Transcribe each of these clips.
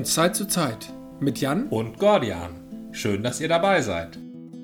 Zeit zu Zeit mit Jan und Gordian. Schön, dass ihr dabei seid.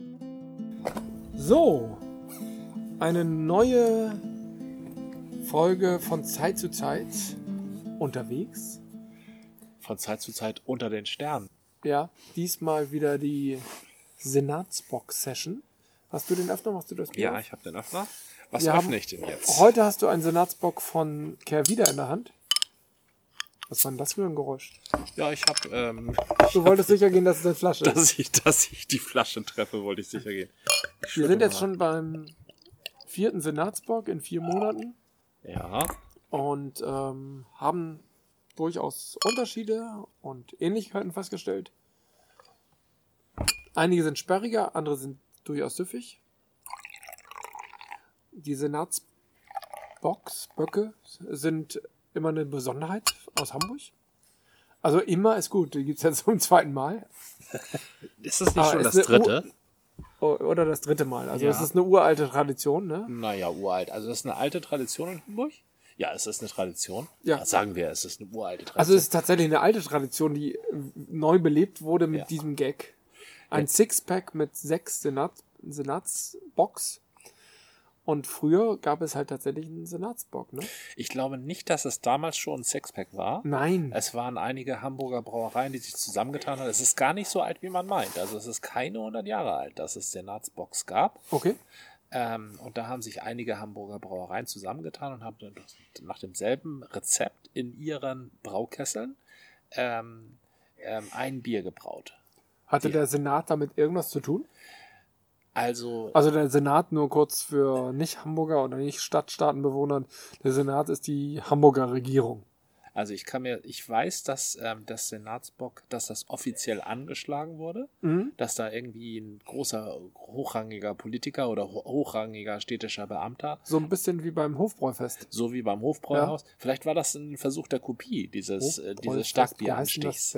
So, eine neue Folge von Zeit zu Zeit unterwegs. Von Zeit zu Zeit unter den Sternen. Ja, diesmal wieder die Senatsbock-Session. Hast du den Öffner? Machst du das Bier Ja, auf? ich habe den Öffner. Was öffne ich denn jetzt? Heute hast du einen Senatsbock von Kehrwieder in der Hand. Was war denn das für ein Geräusch? Ja, ich habe... Du wolltest sicher gehen, dass es eine Flasche ist. dass ich die Flasche treffe, wollte ich sicher gehen. Wir sind jetzt schon beim 4. Senatsbock in 4 Monaten. Ja. Und haben durchaus Unterschiede und Ähnlichkeiten festgestellt. Einige sind sperriger, andere sind durchaus süffig. Die Senatsböcke sind immer eine Besonderheit aus Hamburg. Also immer ist gut, die gibt es jetzt zum 2. Mal. Ist das nicht schon das 3.? Oder das 3. Mal. Also Ja. es ist eine uralte Tradition, ne? Naja, uralt. Also das ist eine alte Tradition in Hamburg? Ja, es ist eine Tradition. Ja. Sagen wir, es ist eine uralte Tradition. Also es ist tatsächlich eine alte Tradition, die neu belebt wurde mit Ja. diesem Gag. Ein Sixpack mit 6 Senatsbocks. Und früher gab es halt tatsächlich einen Senatsbock, ne? Ich glaube nicht, dass es damals schon ein Sixpack war. Nein. Es waren einige Hamburger Brauereien, die sich zusammengetan haben. Es ist gar nicht so alt, wie man meint. Also es ist keine 100 Jahre alt, dass es Senatsbocks gab. Okay. Und da haben sich einige Hamburger Brauereien zusammengetan und haben dann nach demselben Rezept in ihren Braukesseln ein Bier gebraut. Hatte der Senat damit irgendwas zu tun? Also Der Senat, nur kurz für Nicht-Hamburger oder Nicht-Stadtstaatenbewohner, der Senat ist die Hamburger Regierung. ich weiß, dass das Senatsbock, dass das offiziell angeschlagen wurde, dass da irgendwie ein großer, hochrangiger Politiker oder hochrangiger städtischer Beamter, So ein bisschen wie beim Hofbräufest. so wie beim Hofbräuhaus, vielleicht war das ein Versuch der Kopie dieses Starkbieranstichs.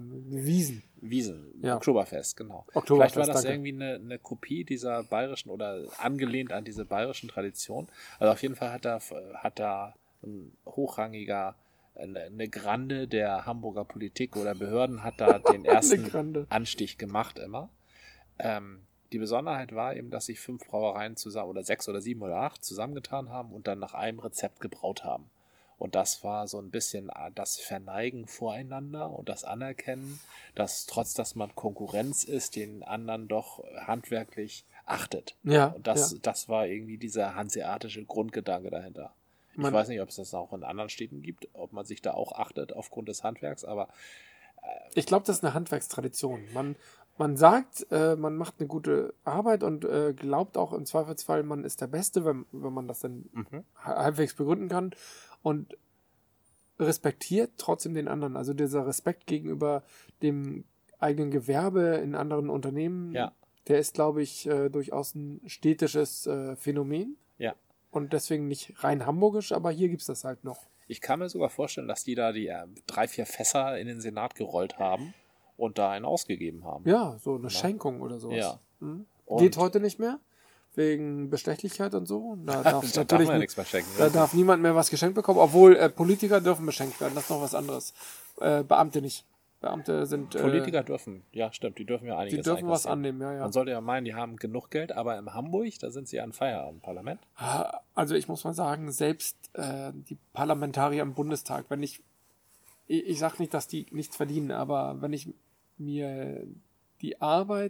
Wiesen. Ja. Oktoberfest, genau. Oktoberfest, Vielleicht war das danke. irgendwie eine Kopie dieser bayerischen oder angelehnt an diese bayerischen Tradition. Also auf jeden Fall hat da ein hochrangiger, eine Grande der Hamburger Politik oder Behörden hat da den ersten Anstich gemacht immer. Die Besonderheit war eben, dass sich 5 Brauereien zusammen oder 6 oder 7 oder 8 zusammengetan haben und dann nach einem Rezept gebraut haben. Und das war so ein bisschen das Verneigen voreinander und das Anerkennen, dass dass man Konkurrenz ist, den anderen doch handwerklich achtet. Ja, Und das war irgendwie dieser hanseatische Grundgedanke dahinter. Ich weiß nicht, ob es das auch in anderen Städten gibt, ob man sich da auch achtet aufgrund des Handwerks, aber Ich glaube, das ist eine Handwerkstradition. Man sagt, man macht eine gute Arbeit und glaubt auch im Zweifelsfall, man ist der Beste, wenn man das dann halbwegs begründen kann und respektiert trotzdem den anderen. Also dieser Respekt gegenüber dem eigenen Gewerbe in anderen Unternehmen, Ja. der ist, glaube ich, durchaus ein städtisches Phänomen ja. und deswegen nicht rein hamburgisch, aber hier gibt es das halt noch. Ich kann mir sogar vorstellen, dass die da die 3-4 Fässer in den Senat gerollt haben und da einen ausgegeben haben. Ja, so eine Schenkung oder sowas. Ja. Mhm. Und- Geht heute nicht mehr, wegen Bestechlichkeit und so. Da darf, Da darf man ja nichts mehr schenken. da darf niemand mehr was geschenkt bekommen, obwohl Politiker dürfen beschenkt werden, das ist noch was anderes. Beamte nicht. Beamte sind... Politiker dürfen, ja stimmt, die dürfen ja einiges die dürfen was einkassieren. annehmen, ja. Man sollte ja meinen, die haben genug Geld, aber in Hamburg, da sind sie an Feierabendparlament. Also ich muss mal sagen, selbst die Parlamentarier im Bundestag, wenn ich sage nicht, dass die nichts verdienen, aber wenn ich mir die Arbeit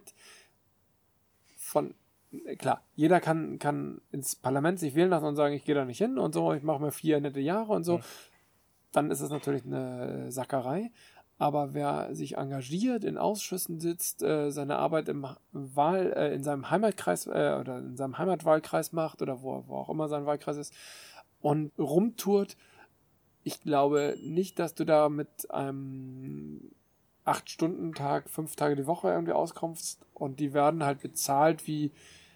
von, klar, jeder kann ins Parlament sich wählen lassen und sagen, ich gehe da nicht hin und so, ich mache mir 4 nette Jahre und so, dann ist es natürlich eine Sackerei. Aber wer sich engagiert, in Ausschüssen sitzt, seine Arbeit in seinem Heimatkreis oder in seinem Heimatwahlkreis macht oder wo auch immer sein Wahlkreis ist und rumtourt, ich glaube nicht, dass du da mit einem 8-Stunden-Tag, 5 Tage die Woche irgendwie auskommst und die werden halt bezahlt wie,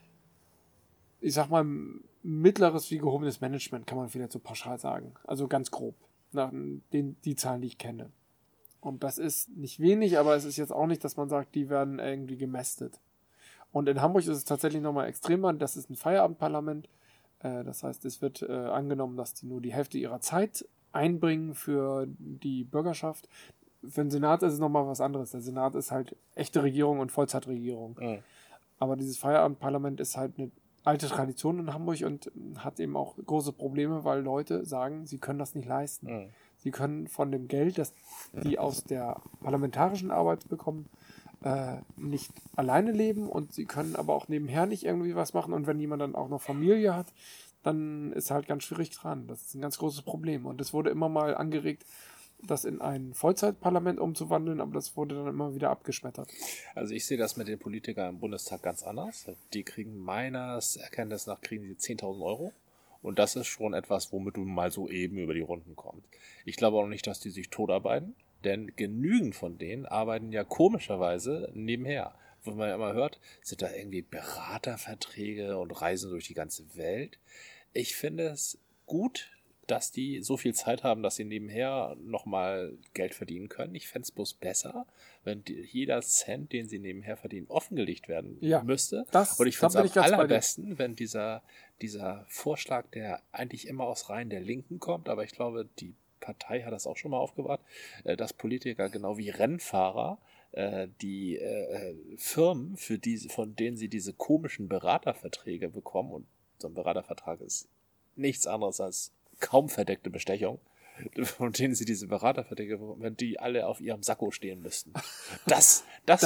ich sag mal, mittleres wie gehobenes Management, kann man vielleicht so pauschal sagen. Also ganz grob, nach die Zahlen, die ich kenne. Und das ist nicht wenig, aber es ist jetzt auch nicht, dass man sagt, die werden irgendwie gemästet. Und in Hamburg ist es tatsächlich nochmal extremer. Das ist ein Feierabendparlament. Das heißt, es wird angenommen, dass die nur die Hälfte ihrer Zeit einbringen für die Bürgerschaft. für den Senat ist es nochmal was anderes. Der Senat ist halt echte Regierung und Vollzeitregierung. Aber dieses Feierabendparlament ist halt eine alte Tradition in Hamburg und hat eben auch große Probleme, weil Leute sagen, sie können das nicht leisten. Sie können von dem Geld, das die aus der parlamentarischen Arbeit bekommen, nicht alleine leben und sie können aber auch nebenher nicht irgendwie was machen. Und wenn jemand dann auch noch Familie hat, dann ist halt ganz schwierig dran. Das ist ein ganz großes Problem. Und es wurde immer mal angeregt, das in ein Vollzeitparlament umzuwandeln, aber das wurde dann immer wieder abgeschmettert. Also ich sehe das mit den Politikern im Bundestag ganz anders. Die kriegen meines Erkenntnisses nach kriegen sie 10.000 Euro. Und das ist schon etwas, womit du mal so eben über die Runden kommst. Ich glaube auch nicht, dass die sich totarbeiten, denn genügend von denen arbeiten ja komischerweise nebenher. Wenn man ja immer hört, sind da irgendwie Beraterverträge und reisen durch die ganze Welt. Ich finde es gut, dass die so viel Zeit haben, dass sie nebenher nochmal Geld verdienen können. Ich fände es bloß besser, wenn jeder Cent, den sie nebenher verdienen, offengelegt werden müsste. Und ich finde es am allerbesten, wenn dieser Vorschlag, der eigentlich immer aus Reihen der Linken kommt, aber ich glaube, die Partei hat das auch schon mal aufgebracht, dass Politiker genau wie Rennfahrer die Firmen, von denen sie diese komischen Beraterverträge bekommen, und so ein Beratervertrag ist nichts anderes als kaum verdeckte Bestechung, von denen sie diese Beraterverträge bekommen, wenn die alle auf ihrem Sakko stehen müssten. Das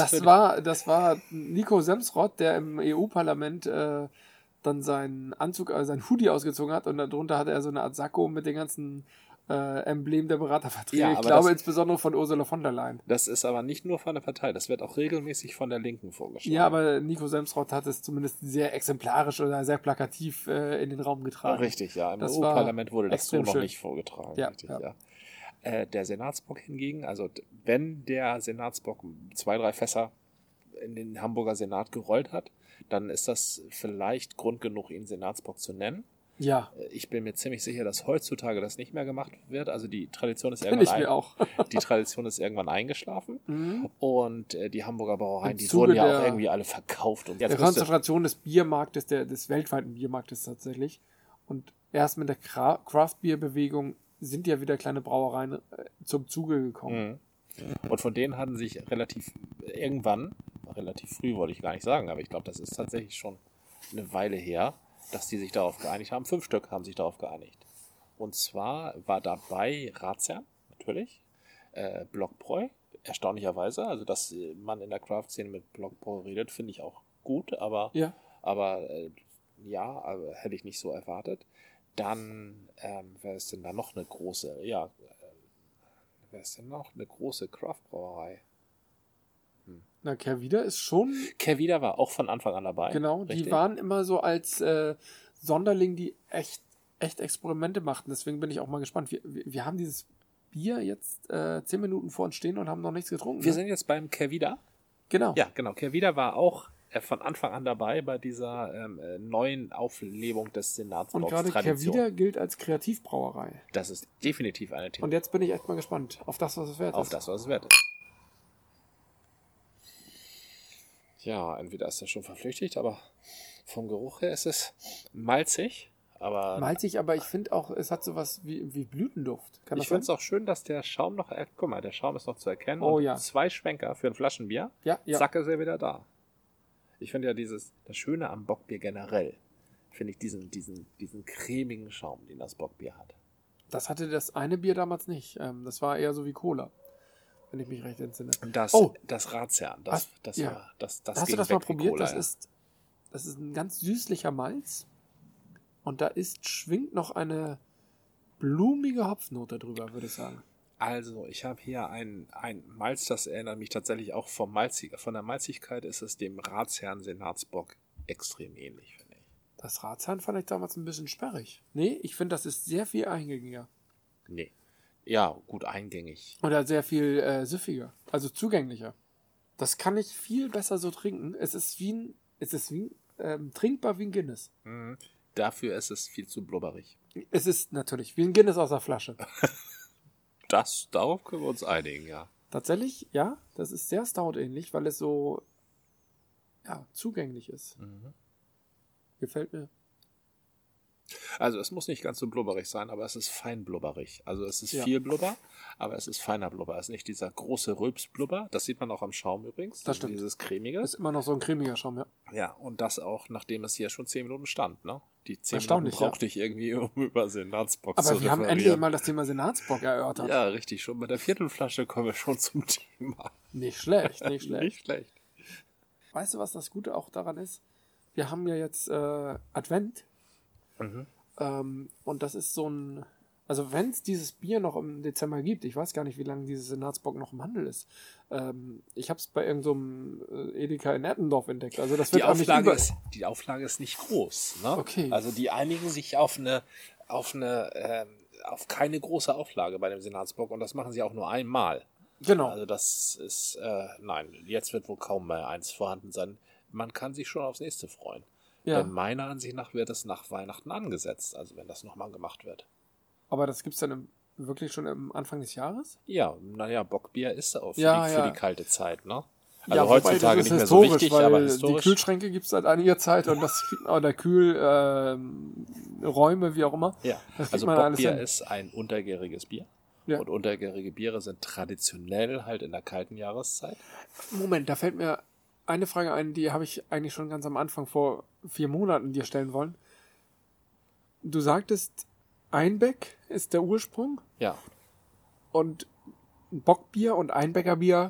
war Nico Semsrott, der im EU-Parlament dann seinen Anzug, sein Hoodie ausgezogen hat und darunter hatte er so eine Art Sakko mit den ganzen Emblem der Beraterverträge. Ja, ich glaube insbesondere von Ursula von der Leyen. Das ist aber nicht nur von der Partei, das wird auch regelmäßig von der Linken vorgeschlagen. Ja, aber Nico Semsrott hat es zumindest sehr exemplarisch oder sehr plakativ in den Raum getragen. Richtig, ja. Im EU-Parlament wurde das so noch nicht vorgetragen. Ja, richtig, ja. Der Senatsbock hingegen, also wenn der Senatsbock 2, 3 Fässer in den Hamburger Senat gerollt hat, dann ist das vielleicht Grund genug, ihn Senatsbock zu nennen. Ja. Ich bin mir ziemlich sicher, dass heutzutage das nicht mehr gemacht wird. Also die Tradition ist die Tradition ist irgendwann eingeschlafen. Und die Hamburger Brauereien, die wurden ja auch irgendwie alle verkauft. Und der Konzentration des Biermarktes, des weltweiten Biermarktes tatsächlich. Und erst mit der Craft-Bier-Bewegung sind ja wieder kleine Brauereien zum Zuge gekommen. Und von denen hatten sich relativ früh wollte ich gar nicht sagen, aber ich glaube, das ist tatsächlich schon eine Weile her, dass die sich darauf geeinigt haben. 5 Stück haben sich darauf geeinigt. Und zwar war dabei Ratsherrn, natürlich, Blockbräu, erstaunlicherweise. Also, dass man in der Craft-Szene mit Blockbräu redet, finde ich auch gut, aber hätte ich nicht so erwartet. Dann, wer ist denn da noch eine große, wer ist denn noch eine große Craft-Brauerei? Na, Kehrwieder ist schon... Kehrwieder war auch von Anfang an dabei. Genau, richtig? Die waren immer so als Sonderling, die echt Experimente machten. Deswegen bin ich auch mal gespannt. Wir haben dieses Bier jetzt 10 Minuten vor uns stehen und haben noch nichts getrunken. Wir sind jetzt beim Kehrwieder. Genau. Ja, genau. Kehrwieder war auch von Anfang an dabei bei dieser neuen Auflebung des Senatsbocks. Und gerade Kehrwieder gilt als Kreativbrauerei. Das ist definitiv eine Thema. Und jetzt bin ich echt mal gespannt auf das, was es wert ist. Auf das, was es wert ist. Ja, entweder ist er schon verflüchtigt, aber vom Geruch her ist es malzig. Malzig, aber ich finde auch, es hat sowas wie Blütenduft. Ich finde es auch schön, dass der Schaum noch, guck mal, der Schaum ist noch zu erkennen. Oh und ja. 2 Schwenker für ein Flaschenbier. Ja. Zack, ist er wieder da. Ich finde ja das Schöne am Bockbier generell, finde ich diesen cremigen Schaum, den das Bockbier hat. Das hatte das eine Bier damals nicht. Das war eher so wie Cola. Wenn ich mich recht entsinne. Das Ratsherrn, das Hast ging du das mal weg wie probiert? Cola, Das ist ein ganz süßlicher Malz und da schwingt noch eine blumige Hopfnote drüber, würde ich sagen. Also, ich habe hier ein Malz, das erinnert mich tatsächlich auch von der Malzigkeit ist es dem Ratsherrn Senatsbock extrem ähnlich, finde ich. Das Ratsherrn fand ich damals ein bisschen sperrig. Nee, ich finde, das ist sehr viel eingängiger. Nee. Ja, gut eingängig. Oder sehr viel süffiger, also zugänglicher. Das kann ich viel besser so trinken. Es ist trinkbar wie ein Guinness. Dafür ist es viel zu blubberig. Es ist natürlich wie ein Guinness aus der Flasche. Darauf können wir uns einigen, ja. Tatsächlich, ja, das ist sehr Stout-ähnlich, weil es so zugänglich ist. Gefällt mir. Also es muss nicht ganz so blubberig sein, aber es ist fein blubberig. Also es ist Ja. viel Blubber, aber es ist feiner Blubber. Es ist nicht dieser große Rülpsblubber. Das sieht man auch am Schaum übrigens. Das stimmt. Dieses cremige. Ist immer noch so ein cremiger Schaum, ja. Ja, und das auch, nachdem es hier schon 10 Minuten stand, ne? Die 10 Minuten Erstaunlich, ja. brauchte ich irgendwie, um über Senatsbock zu Aber wir haben referieren. endlich mal das Thema Senatsbock erörtert. Ja, richtig. Schon bei der 4. Flasche kommen wir schon zum Thema. Nicht schlecht, nicht schlecht. Nicht schlecht. Weißt du, was das Gute auch daran ist? Wir haben ja jetzt Advent. Mhm. Und das ist so ein... Also wenn es dieses Bier noch im Dezember gibt, ich weiß gar nicht, wie lange dieses Senatsbock noch im Handel ist. Ich habe es bei irgendeinem Edeka in Eppendorf entdeckt. Also das wird auch nicht Die Auflage ist nicht groß. Ne? Okay. Also die einigen sich auf keine große Auflage bei dem Senatsbock und das machen sie auch nur einmal. Genau. Also das ist, nein, jetzt wird wohl kaum mehr eins vorhanden sein. Man kann sich schon aufs nächste freuen. Ja. Denn meiner Ansicht nach wird es nach Weihnachten angesetzt, also wenn das nochmal gemacht wird. Aber das gibt's dann wirklich schon am Anfang des Jahres? Ja, naja, Bockbier ist auch für Ja. die kalte Zeit, ne? Also Ja, wobei, heutzutage das ist nicht mehr so historisch, wichtig, weil aber die historisch. Kühlschränke gibt's seit einiger Zeit und das kriegt man, oder Kühlräume, wie auch immer. Ja, Das kriegt also man alles Bockbier hin. ist ein untergäriges Bier. Ja. Und untergärige Biere sind traditionell halt in der kalten Jahreszeit. Moment, da fällt mir eine Frage ein, die habe ich eigentlich schon ganz am Anfang vor 4 Monaten dir stellen wollen. Du sagtest, Einbeck ist der Ursprung Ja, und Bockbier und Einbäckerbier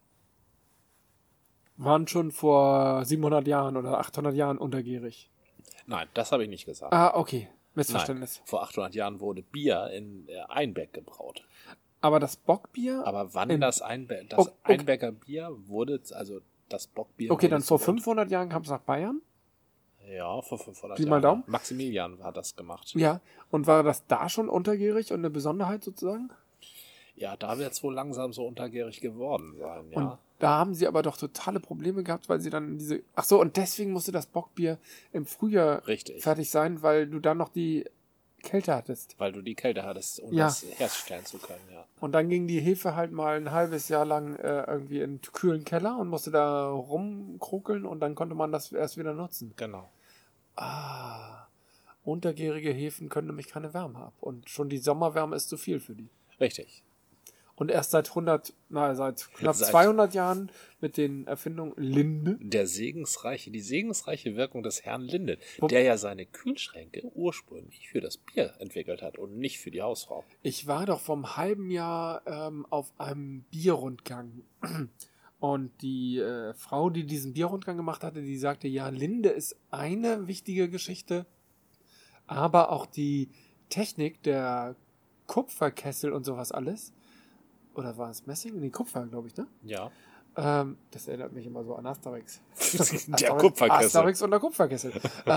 waren schon vor 700 Jahren oder 800 Jahren untergärig. nein, das habe ich nicht gesagt. Ah, okay. Nein, Missverständnis. vor 800 Jahren wurde Bier in Einbeck gebraut. Aber das Bockbier... Aber wann in- das Okay. Einbecker Bier wurde, also das Bockbier... Okay, wurde dann vor zu- 500 Jahren kam es nach Bayern. Ja, vor 500 Pi Jahren. mal Daumen. Maximilian hat das gemacht. Ja. Und war das da schon untergärig und eine Besonderheit sozusagen? Ja, da wird es wohl langsam so untergärig geworden sein, ja. Und da haben sie aber doch totale Probleme gehabt, weil sie dann diese... Ach so, und deswegen musste das Bockbier im Frühjahr Richtig. fertig sein, weil du dann noch die Kälte hattest. Weil du die Kälte hattest, um Ja. das herstellen zu können, ja. Und dann ging die Hefe halt mal ein halbes Jahr lang irgendwie in einen kühlen Keller und musste da rumkrukeln und dann konnte man das erst wieder nutzen. Genau. Ah, untergärige Hefen können nämlich keine Wärme ab. Und schon die Sommerwärme ist zu viel für die. Richtig. Und erst seit knapp Seit- 200 Jahren mit den Erfindungen Linde. Die segensreiche Wirkung des Herrn Linde, Wo- der ja seine Kühlschränke ursprünglich für das Bier entwickelt hat und nicht für die Hausfrau. Ich war doch vor einem halben Jahr auf einem Bierrundgang. Und die Frau, die diesen Bierrundgang gemacht hatte, die sagte, ja, Linde ist eine wichtige Geschichte, aber auch die Technik der Kupferkessel und sowas alles. Oder war es Messing? Nee, Kupfer, glaube ich, ne? Ja. Das erinnert mich immer so an Asterix. Der Kupferkessel. Asterix und der Kupferkessel.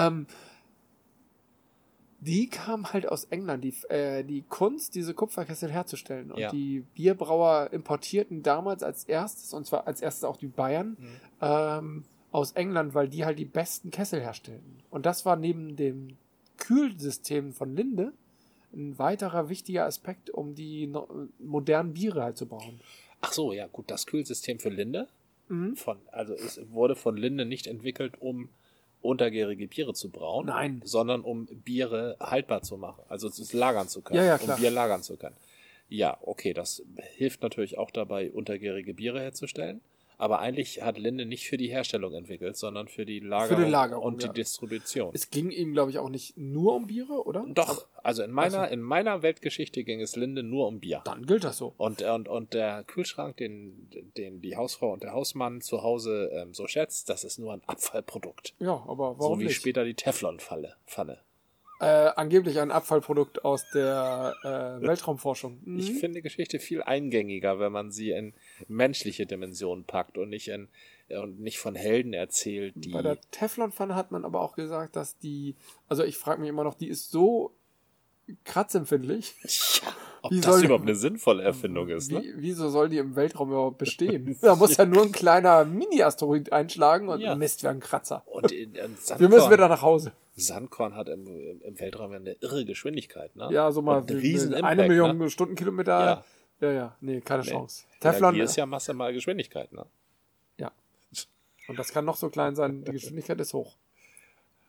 Die kam halt aus England, die Kunst, diese Kupferkessel herzustellen. Und Ja. die Bierbrauer importierten damals als erstes, und zwar als erstes auch die Bayern, aus England, weil die halt die besten Kessel herstellten. Und das war neben dem Kühlsystem von Linde ein weiterer wichtiger Aspekt, um die modernen Biere halt zu brauen. Ach so, ja gut, das Kühlsystem für Linde Mhm. es wurde von Linde nicht entwickelt, um untergärige Biere zu brauen, Nein. sondern um Biere haltbar zu machen, also es lagern zu können, Ja, klar. um Bier lagern zu können. Ja, okay, das hilft natürlich auch dabei, untergärige Biere herzustellen. Aber eigentlich hat Linde nicht für die Herstellung entwickelt, sondern für die Lagerung, und ja. die Distribution. Es ging ihm, glaube ich, auch nicht nur um Biere, oder? Doch, also in meiner Weltgeschichte ging es Linde nur um Bier. Dann gilt das so. Und der Kühlschrank, den die Hausfrau und der Hausmann zu Hause so schätzt, das ist nur ein Abfallprodukt. Ja, aber warum So wie nicht? später die Teflonpfanne. Angeblich ein Abfallprodukt aus der Weltraumforschung. Mhm. Ich finde Geschichte viel eingängiger, wenn man sie in menschliche Dimensionen packt und nicht von Helden erzählt, die... Bei der Teflonpfanne hat man aber auch gesagt, dass also ich frage mich immer noch, die ist so kratzempfindlich. Ob Wie das soll- überhaupt eine sinnvolle Erfindung ist, ne? Wieso soll die im Weltraum überhaupt bestehen? Da muss ja nur ein kleiner Mini-Asteroid einschlagen und Ja. Mist, wir haben einen Kratzer. Und Wir müssen wieder nach Hause. Sandkorn hat im Weltraum ja eine irre Geschwindigkeit, ne? Ja, so mal Und einen riesen eine Impact, Million ne? Stundenkilometer. Ja. Ja, nee, keine Chance. Energie Teflon ist ja Masse mal Geschwindigkeit, ne? Ja. Und das kann noch so klein sein, die Geschwindigkeit ist hoch.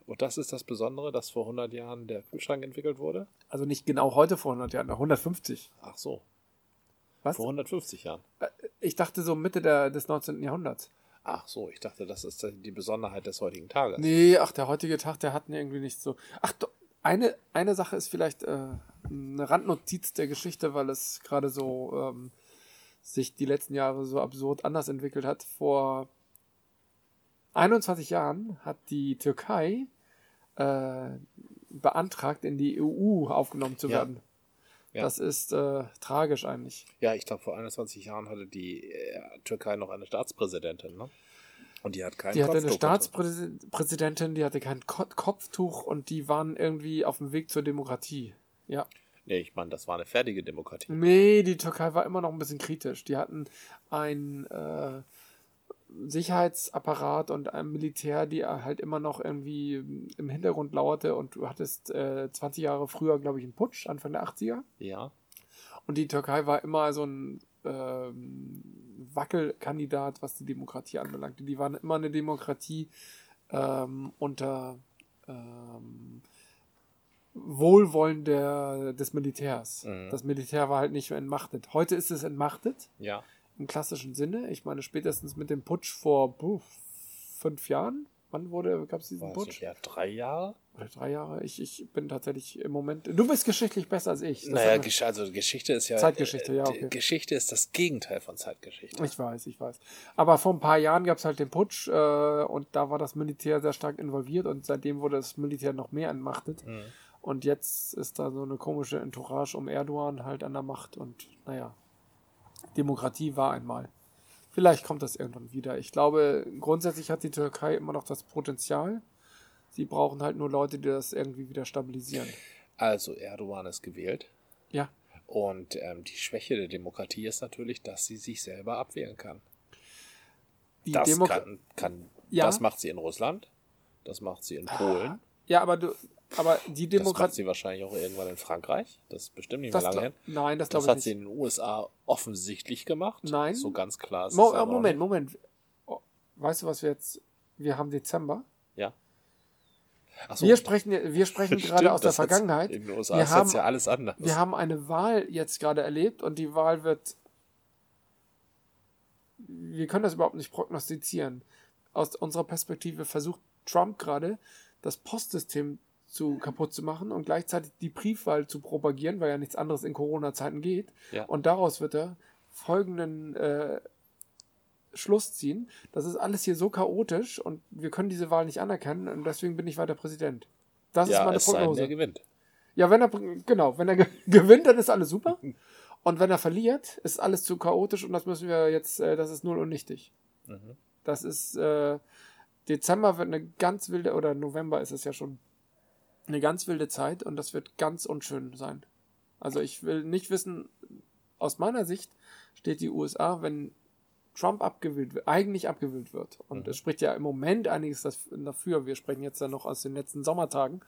Und das ist das Besondere, dass vor 100 Jahren der Kühlschrank entwickelt wurde? Also nicht genau heute vor 100 Jahren, 150. Ach so. Was? Vor 150 Jahren. Ich dachte so Mitte des 19. Jahrhunderts. Ach so, ich dachte, das ist die Besonderheit des heutigen Tages. Nee, der heutige Tag, der hat irgendwie nicht so. Ach, eine Sache ist vielleicht eine Randnotiz der Geschichte, weil es gerade so sich die letzten Jahre so absurd anders entwickelt hat. Vor 21 Jahren hat die Türkei beantragt, in die EU aufgenommen zu werden. Ja. Das ist tragisch eigentlich. Ja, ich glaube, vor 21 Jahren hatte die Türkei noch eine Staatspräsidentin, ne? Und die hat kein Kopftuch. Die hatte eine Staatspräsidentin, die hatte kein Kopftuch und die waren irgendwie auf dem Weg zur Demokratie. Ja. Nee, ich meine, das war eine fertige Demokratie. Nee, die Türkei war immer noch ein bisschen kritisch. Die hatten ein Sicherheitsapparat und ein Militär, die halt immer noch irgendwie im Hintergrund lauerte und du hattest 20 Jahre früher, glaube ich, einen Putsch, Anfang der 80er. Ja. Und die Türkei war immer so ein Wackelkandidat, was die Demokratie anbelangte. Die waren immer eine Demokratie unter Wohlwollen des Militärs. Mhm. Das Militär war halt nicht mehr entmachtet. Heute ist es entmachtet. Ja. Im klassischen Sinne. Ich meine, spätestens mit dem Putsch vor 5 Jahren. Wann gab es diesen Putsch? Ja, 3 Jahre? Oder 3 Jahre. Ich bin tatsächlich im Moment. Du bist geschichtlich besser als ich. Naja, also Geschichte ist ja. Zeitgeschichte, ja, okay. Geschichte ist das Gegenteil von Zeitgeschichte. Ich weiß. Aber vor ein paar Jahren gab es halt den Putsch und da war das Militär sehr stark involviert und seitdem wurde das Militär noch mehr entmachtet. Mhm. Und jetzt ist da so eine komische Entourage um Erdogan halt an der Macht und naja, Demokratie war einmal. Vielleicht kommt das irgendwann wieder. Ich glaube, grundsätzlich hat die Türkei immer noch das Potenzial. Sie brauchen halt nur Leute, die das irgendwie wieder stabilisieren. Also Erdogan ist gewählt. Ja. Und die Schwäche der Demokratie ist natürlich, dass sie sich selber abwählen kann. Das macht sie in Russland. Das macht sie in Polen. Ja, aber die Demokratie. Das macht sie wahrscheinlich auch irgendwann in Frankreich. Das ist bestimmt nicht mehr lange hin. Nein, das glaube ich nicht. Das hat sie in den USA offensichtlich gemacht. Nein. So ganz klar ist es Moment. Oh, weißt du, was wir haben Dezember. Ja. Ach so. Wir sprechen gerade aus der Vergangenheit. In den USA ist jetzt ja alles anders. Wir haben eine Wahl jetzt gerade erlebt und die Wahl wir können das überhaupt nicht prognostizieren. Aus unserer Perspektive versucht Trump gerade, das Postsystem kaputt zu machen und gleichzeitig die Briefwahl zu propagieren, weil ja nichts anderes in Corona-Zeiten geht. Ja. Und daraus wird er folgenden Schluss ziehen. Das ist alles hier so chaotisch und wir können diese Wahl nicht anerkennen und deswegen bin ich weiter Präsident. Das ist meine Prognose. Er gewinnt. Ja, wenn er gewinnt, dann ist alles super. Und wenn er verliert, ist alles zu chaotisch und das müssen wir jetzt, das ist null und nichtig. Mhm. Das ist, Dezember wird eine ganz wilde, oder November ist es ja schon, eine ganz wilde Zeit und das wird ganz unschön sein. Also ich will nicht wissen, aus meiner Sicht steht die USA, wenn Trump eigentlich abgewählt wird. Und es spricht ja im Moment einiges dafür. Wir sprechen jetzt ja noch aus den letzten Sommertagen.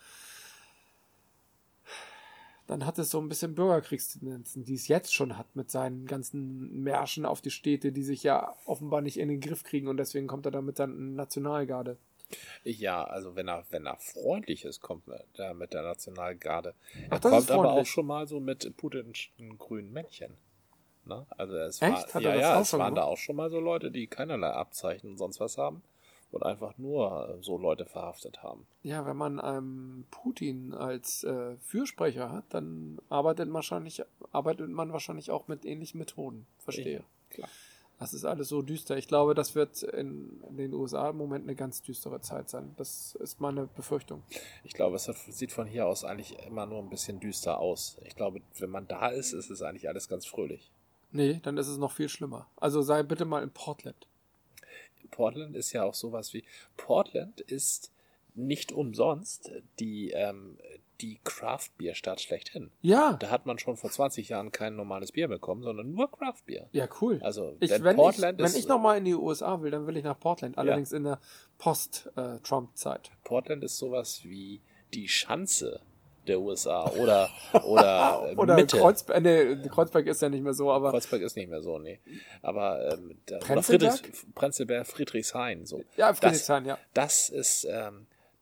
Dann hat es so ein bisschen Bürgerkriegstendenzen, die es jetzt schon hat mit seinen ganzen Märschen auf die Städte, die sich ja offenbar nicht in den Griff kriegen und deswegen kommt er damit dann eine Nationalgarde. Ja, also wenn er freundlich ist, kommt er mit der Nationalgarde. Er kommt aber auch schon mal so mit putinschen grünen Männchen. Ne? Also es waren da auch schon mal so Leute, die keinerlei Abzeichen und sonst was haben und einfach nur so Leute verhaftet haben. Ja, wenn man Putin als Fürsprecher hat, dann arbeitet man wahrscheinlich auch mit ähnlichen Methoden. Verstehe. Ja, klar. Das ist alles so düster. Ich glaube, das wird in den USA im Moment eine ganz düstere Zeit sein. Das ist meine Befürchtung. Ich glaube, es sieht von hier aus eigentlich immer nur ein bisschen düster aus. Ich glaube, wenn man da ist, ist es eigentlich alles ganz fröhlich. Nee, dann ist es noch viel schlimmer. Also sei bitte mal in Portland. Portland ist ja auch sowas wie... Portland ist nicht umsonst die Craft-Bier-Stadt schlechthin. Ja. Da hat man schon vor 20 Jahren kein normales Bier bekommen, sondern nur Craft-Bier. Ja, cool. Also, wenn ich nochmal in die USA will, dann will ich nach Portland. Allerdings in der Post-Trump-Zeit. Portland ist sowas wie die Schanze der USA oder Mitte. Kreuzberg ist ja nicht mehr so, aber... Kreuzberg ist nicht mehr so, nee. Aber Prenzlberg? Prenzlberg, Friedrichshain. So. Ja, Friedrichshain, ja. Das ist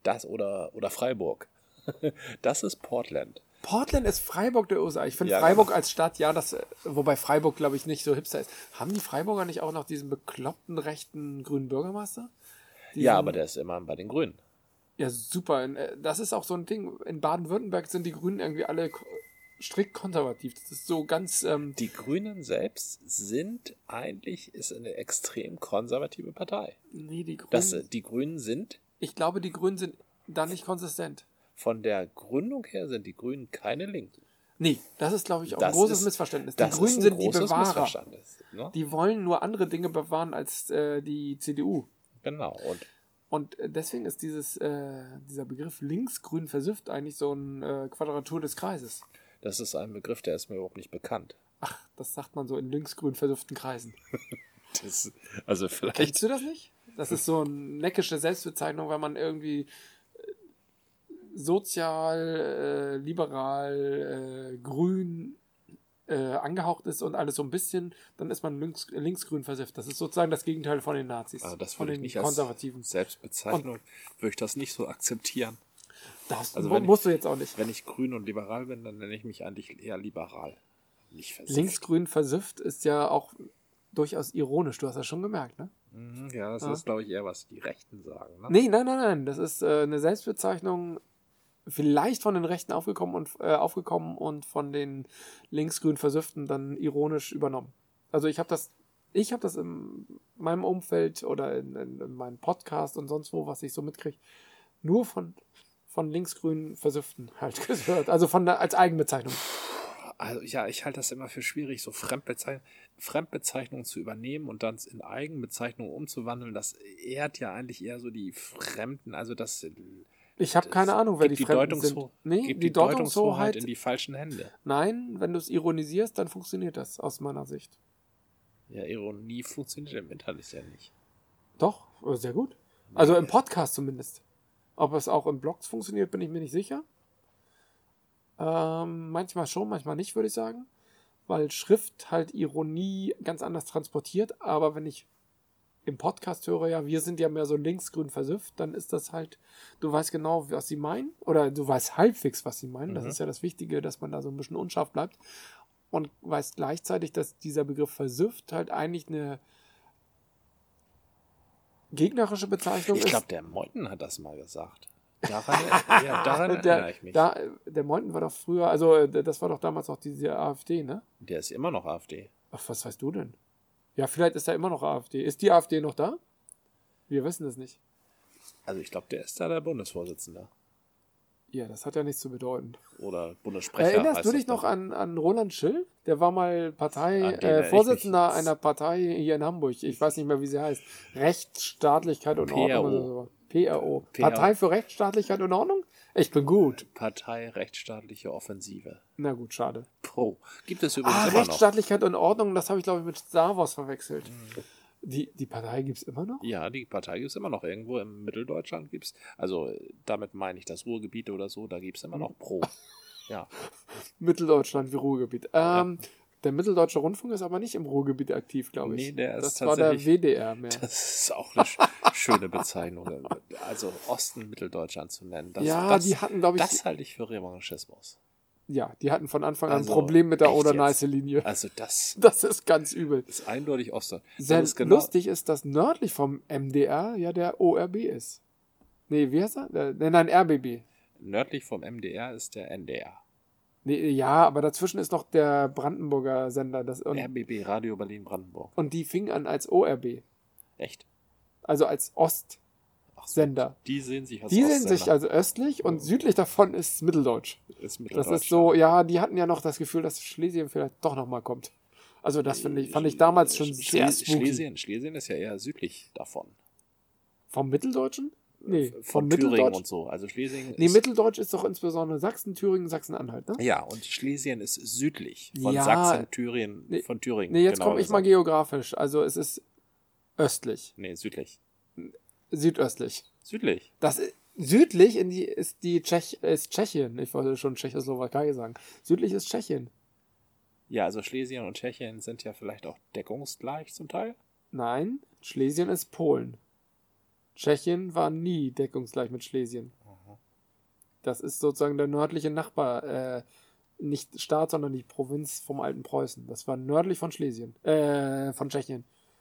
Das oder Freiburg. Das ist Portland. Portland ist Freiburg der USA. Ich finde Ja, Freiburg genau. als Stadt, ja, wobei Freiburg, glaube ich, nicht so hipster ist. Haben die Freiburger nicht auch noch diesen bekloppten rechten grünen Bürgermeister? Ja, aber der ist immer bei den Grünen. Ja, super. Das ist auch so ein Ding. In Baden-Württemberg sind die Grünen irgendwie alle strikt konservativ. Das ist so ganz... Die Grünen selbst ist eine extrem konservative Partei. nee, die Grünen... Die Grünen sind, ich glaube, die Grünen sind da nicht konsistent. von der Gründung her sind die Grünen keine Linken. Nee, das ist, glaube ich, auch ein Das großes ist- Missverständnis. Die Das Grünen ist ein sind die großes Bewahrer. Missverständnis. Ne? Die wollen nur andere Dinge bewahren als die CDU. Genau. Und deswegen ist dieser Begriff linksgrün versifft eigentlich so eine Quadratur des Kreises. Das ist ein Begriff, der ist mir überhaupt nicht bekannt. Ach, das sagt man so in linksgrün versifften Kreisen. Also vielleicht. Kennst du das nicht? Das ist so eine neckische Selbstbezeichnung, weil man irgendwie sozial, liberal, grün angehaucht ist und alles so ein bisschen, dann ist man linksgrün versifft. Das ist sozusagen das Gegenteil von den Nazis. Also das von würde ich den nicht als Konservativen. Selbstbezeichnung, würde ich das nicht so akzeptieren. Das Also musst du jetzt auch nicht. Wenn ich grün und liberal bin, dann nenne ich mich eigentlich eher liberal. Nicht versifft. Linksgrün versifft ist ja auch durchaus ironisch. Du hast das schon gemerkt, ne? Ja, das ist, glaube ich, eher, was die Rechten sagen. Ne? Nee, nein. Das ist eine Selbstbezeichnung, vielleicht von den Rechten aufgekommen und von den linksgrün Versifften dann ironisch übernommen. Also ich habe das in meinem Umfeld oder in meinem Podcast und sonst wo, was ich so mitkriege, nur von linksgrün Versifften halt gehört. Also als Eigenbezeichnung. Also ja, ich halte das immer für schwierig, so Fremdbezeichnungen zu übernehmen und dann in Eigenbezeichnungen umzuwandeln. Das ehrt ja eigentlich eher so die Fremden. Also das Ich habe keine Ahnung, wer die Fremden sind. Nee, gibt die Deutungshoheit in die falschen Hände. Nein, wenn du es ironisierst, dann funktioniert das aus meiner Sicht. Ja, Ironie funktioniert im Internet ja nicht. Doch, sehr gut. Also im Podcast zumindest. Ob es auch in Blogs funktioniert, bin ich mir nicht sicher. Manchmal schon, manchmal nicht, würde ich sagen. Weil Schrift halt Ironie ganz anders transportiert. Aber wenn ich im Podcast höre, ja, wir sind ja mehr so linksgrün versifft, dann ist das halt, du weißt genau, was sie meinen. Oder du weißt halbwegs, was sie meinen. Das ist ja das Wichtige, dass man da so ein bisschen unscharf bleibt. Und weißt gleichzeitig, dass dieser Begriff versifft halt eigentlich eine gegnerische Bezeichnung ist. Ich glaube, der Meuthen hat das mal gesagt. Daran erinnere ich mich. Der Meuthen war doch früher, also das war doch damals auch diese AfD, ne? Der ist immer noch AfD. Ach, was weißt du denn? Ja, vielleicht ist er immer noch AfD. Ist die AfD noch da? Wir wissen es nicht. Also ich glaube, der ist da der Bundesvorsitzende. Ja, das hat ja nichts zu bedeuten. Oder Bundessprecher. Erinnerst heißt du dich das noch dann. an Roland Schill? Der war mal An den erinnere ich Vorsitzender mich. einer Partei hier in Hamburg. Ich weiß nicht mehr, wie sie heißt. Rechtsstaatlichkeit und Ordnung oder so. PRO. Partei für Rechtsstaatlichkeit und Ordnung? Ich bin gut. Partei Rechtsstaatliche Offensive. Na gut, schade. Pro. Gibt es übrigens immer noch. Rechtsstaatlichkeit und Ordnung, das habe ich, glaube ich, mit Star Wars verwechselt. Die Partei gibt es immer noch? Ja, die Partei gibt es immer noch. Irgendwo im Mitteldeutschland gibt es, also damit meine ich das Ruhrgebiet oder so, da gibt es immer noch Pro. Ja. Mitteldeutschland wie Ruhrgebiet. Der Mitteldeutsche Rundfunk ist aber nicht im Ruhrgebiet aktiv, glaube ich. Nee, der ist das war der tatsächlich- WDR mehr. Das ist auch eine schöne Bezeichnung. Also Osten Mitteldeutschland zu nennen. Die hatten, glaube ich, Das halte ich für Revanchismus. die hatten von Anfang an ein Also, Problem mit der echt Oder-Neiße-Linie. Also das Das ist ganz übel. ist eindeutig Osten. Sehr Das ist genau, lustig ist, dass nördlich vom MDR ja der ORB ist. Nee, wie heißt er? Nein, RBB. nördlich vom MDR ist der NDR. Nee, ja, aber dazwischen ist noch der Brandenburger Sender. RBB, Radio Berlin-Brandenburg. Und die fing an als ORB. Echt? Also als Ostsender. Ach so, die sehen sich als Die sehen Ostsender. sich also östlich und südlich davon ist Mitteldeutsch. Ist Das Mitteldeutschland. ist so, ja, die hatten ja noch das Gefühl, dass Schlesien vielleicht doch nochmal kommt. Also das fand ich damals schon sehr spooky. Schlesien ist ja eher südlich davon. Vom Mitteldeutschen? Nee, Von vom Thüringen Mitteldeutsch. und so. Also Schlesien Nee, ist, Mitteldeutsch ist doch insbesondere Sachsen, Thüringen, Sachsen-Anhalt, ne? ja, und Schlesien ist südlich von Ja, Sachsen, Thüringen, nee, von Thüringen. Nee, jetzt genauer komme ich mal gesagt. geografisch. Also es ist östlich, Nee, südlich. südöstlich. Südlich. Südlich ist Tschechien. Ich wollte schon Tschechoslowakei sagen. Südlich ist Tschechien. Ja, also Schlesien und Tschechien sind ja vielleicht auch deckungsgleich zum Teil. Nein, Schlesien ist Polen. Tschechien war nie deckungsgleich mit Schlesien. Das ist sozusagen der nördliche Nachbar, nicht Staat, sondern die Provinz vom alten Preußen. Das war nördlich von Schlesien, von Tschechien.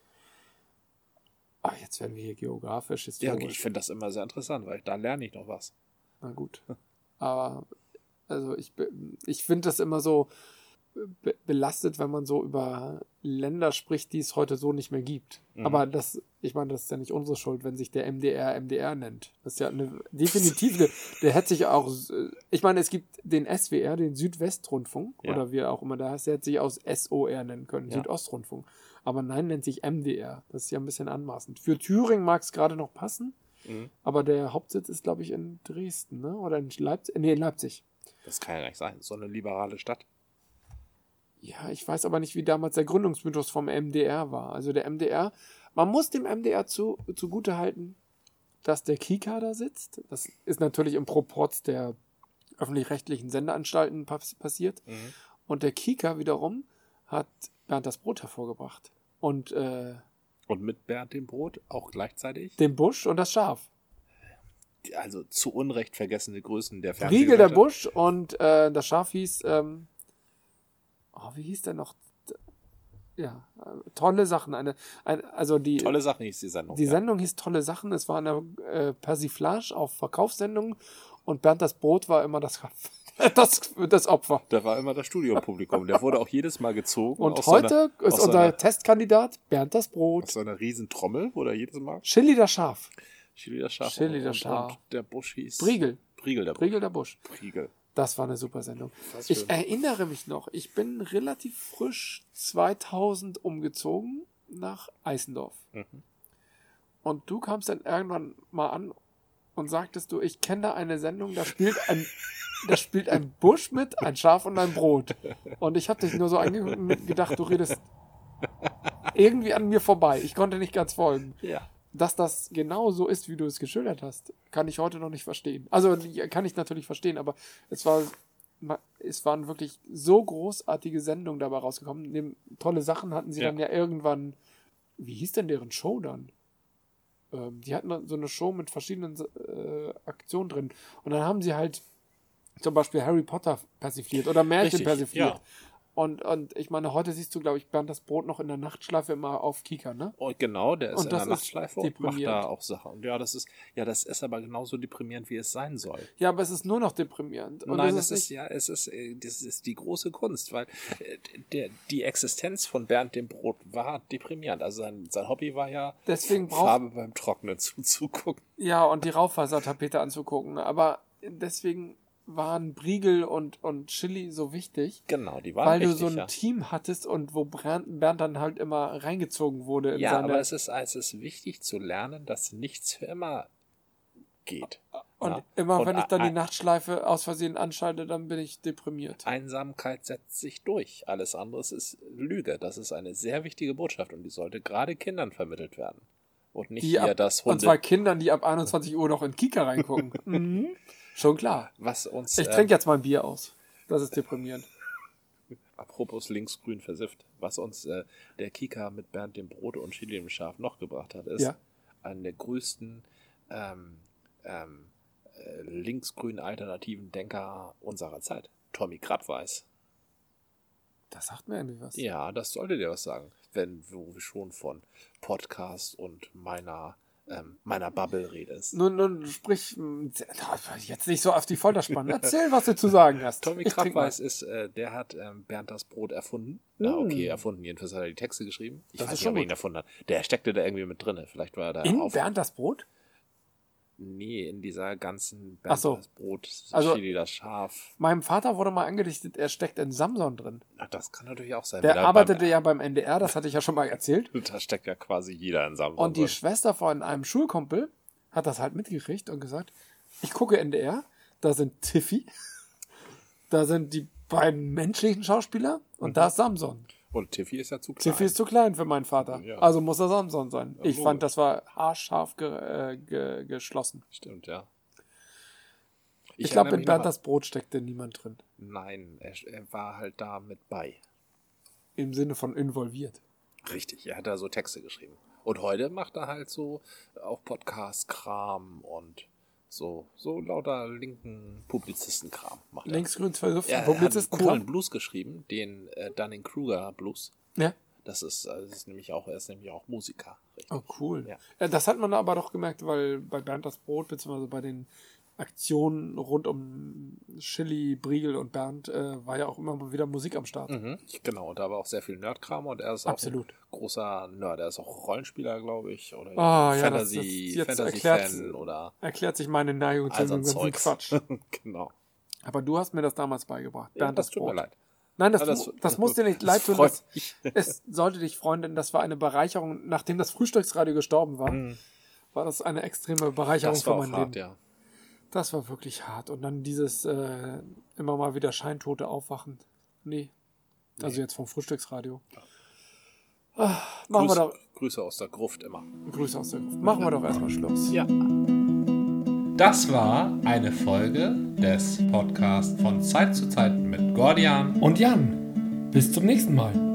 Ach, jetzt werden wir hier geografisch, historisch. Ja, ich finde das immer sehr interessant, weil da lerne ich noch was. Na gut. Aber also ich finde das immer so belastet, wenn man so über Länder spricht, die es heute so nicht mehr gibt. Aber ich meine, das ist ja nicht unsere Schuld, wenn sich der MDR nennt. Das ist ja definitiv, der hätte sich auch, ich meine, es gibt den SWR, den Südwestrundfunk, oder wie auch immer der heißt, der hätte sich aus SOR nennen können, Südostrundfunk. Aber nein, nennt sich MDR. Das ist ja ein bisschen anmaßend. Für Thüringen mag es gerade noch passen, aber der Hauptsitz ist, glaube ich, in Dresden, ne? Oder in Leipzig? Nee, in Leipzig. Das kann ja nicht sein. So eine liberale Stadt. Ja, ich weiß aber nicht, wie damals der Gründungsmythos vom MDR war. Also der MDR, man muss dem MDR zugute halten, dass der Kika da sitzt. Das ist natürlich im Proporz der öffentlich-rechtlichen Sendeanstalten passiert. Und der Kika wiederum hat Bernd das Brot hervorgebracht. Und mit Bernd dem Brot auch gleichzeitig? Den Busch und das Schaf. Also zu Unrecht vergessene Größen der Riegel, der Busch und das Schaf hieß wie hieß der noch? Ja, tolle Sachen. Tolle Sachen hieß die Sendung. Die Sendung hieß Tolle Sachen. Es war eine Persiflage auf Verkaufssendungen und Bernd das Brot war immer das Opfer. Da war immer das Studiopublikum. Der wurde auch jedes Mal gezogen. Und heute ist unser Testkandidat Bernd das Brot. Aus so einer riesen Trommel, wo er jedes Mal... Chili das Schaf. Chili das Schaf. Und der Busch hieß... Briegel. Briegel der Busch. Briegel. Das war eine super Sendung. Ich erinnere mich noch, ich bin relativ frisch 2000 umgezogen nach Eisendorf. Und du kamst dann irgendwann mal an und sagtest du, ich kenne da eine Sendung, da spielt ein Busch mit, ein Schaf und ein Brot. Und ich habe dich nur so angeguckt und gedacht, du redest irgendwie an mir vorbei. Ich konnte nicht ganz folgen. Ja. Dass das genau so ist, wie du es geschildert hast, kann ich heute noch nicht verstehen. Also kann ich natürlich verstehen, aber es waren wirklich so großartige Sendungen dabei rausgekommen. Tolle Sachen hatten sie dann ja irgendwann. Wie hieß denn deren Show dann? Die hatten so eine Show mit verschiedenen Aktionen drin. Und dann haben sie halt zum Beispiel Harry Potter persifliert oder Märchen persifliert. Ja. Und ich meine, heute siehst du, glaube ich, Bernd das Brot noch in der Nachtschleife immer auf Kika, ne? Und genau, der ist in der Nachtschleife und macht deprimierend. da auch Sachen. Und das ist aber genauso deprimierend, wie es sein soll. Ja, aber es ist nur noch deprimierend. Und nein, das ist die große Kunst, weil die Existenz von Bernd dem Brot war deprimierend. Also sein Hobby war ja, Farbe beim Trocknen zuzugucken. Ja, und die Raufasertapete anzugucken. Aber deswegen waren Briegel und Chili so wichtig. Genau, die waren weil wichtig, du so ein Team hattest und wo Bernd dann halt immer reingezogen wurde. Aber es ist wichtig zu lernen, dass nichts für immer geht. Und immer, wenn ich dann die Nachtschleife aus Versehen anschalte, dann bin ich deprimiert. Einsamkeit setzt sich durch. Alles andere ist Lüge. Das ist eine sehr wichtige Botschaft und die sollte gerade Kindern vermittelt werden. Und nicht Und zwar Kindern, die ab 21 Uhr noch in Kika reingucken. Schon klar. Ich trinke jetzt mal ein Bier aus. Das ist deprimierend. Apropos linksgrün versifft. Was uns der Kika mit Bernd dem Brot und Chili dem Schaf noch gebracht hat, ist einen der größten linksgrün alternativen Denker unserer Zeit. Tommy Krabweis. Das sagt mir irgendwie was. Ja, das sollte dir was sagen. Wo wir schon von Podcast und meiner Bubble redest. Nun sprich jetzt nicht so auf die Folter spannen. Erzähl, was du zu sagen hast. Tommy Krabweis der hat Bernd das Brot erfunden. Erfunden. Jedenfalls hat er die Texte geschrieben. Ich weiß nicht, ob er ihn erfunden hat. Der steckte da irgendwie mit drin. Vielleicht war er da Bernd das Brot? Nee, in dieser ganzen Bernd das Brot, Chili das Schaf. Meinem Vater wurde mal angedichtet, er steckt in Samson drin. Ach, das kann natürlich auch sein. Der arbeitete ja beim NDR, das hatte ich ja schon mal erzählt. Da steckt ja quasi jeder in Samson Und die Schwester von einem Schulkumpel hat das halt mitgekriegt und gesagt, ich gucke NDR, da sind Tiffy, da sind die beiden menschlichen Schauspieler und da ist Samson. Und Tiffy ist ja zu klein. Tiffy ist zu klein für meinen Vater. Ja. Also muss er Samson sein. Ich fand, das war haarscharf geschlossen. Stimmt, ja. Ich glaube, in Bernd das Brot steckte niemand drin. Nein, er war halt da mit bei. Im Sinne von involviert. Richtig, er hat da so Texte geschrieben. Und heute macht er halt so auch Podcast-Kram und so lauter linken Publizistenkram macht er. Linksgrün verrückten Er hat einen Publizistenkram. coolen Blues geschrieben, den Dunning-Kruger Blues. Ja. Er ist nämlich auch Musiker. Richtig. Oh, cool. Ja. Das hat man aber doch gemerkt, weil bei Bernd das Brot, beziehungsweise bei den Aktionen rund um Schilly, Briegel und Bernd, war ja auch immer mal wieder Musik am Start. Genau, und da war auch sehr viel Nerdkram und er ist Absolut. auch ein großer Nerd. Er ist auch Rollenspieler, glaube ich, oder jetzt Fantasy-Fan oder erklärt sich meine Neigung zu all so ein dem ganzen Zeugs. Quatsch. Genau. Aber du hast mir das damals beigebracht. Ja, Bernd das tut mir Brot. leid. Nein, Ja, das muss dir nicht leid tun. freut mich. Es sollte dich freuen, denn das war eine Bereicherung. Nachdem das Frühstücksradio gestorben war, war das eine extreme Bereicherung Das war für auch mein hart, Leben. ja. Das war wirklich hart. Und dann dieses immer mal wieder scheintote Aufwachen. Nee. Also jetzt vom Frühstücksradio. Machen wir doch. Grüße aus der Gruft immer. Grüße aus der Gruft. Machen wir doch erstmal Schluss. Ja. Das war eine Folge des Podcasts von Zeit zu Zeit mit Gordian Und Jan, bis zum nächsten Mal.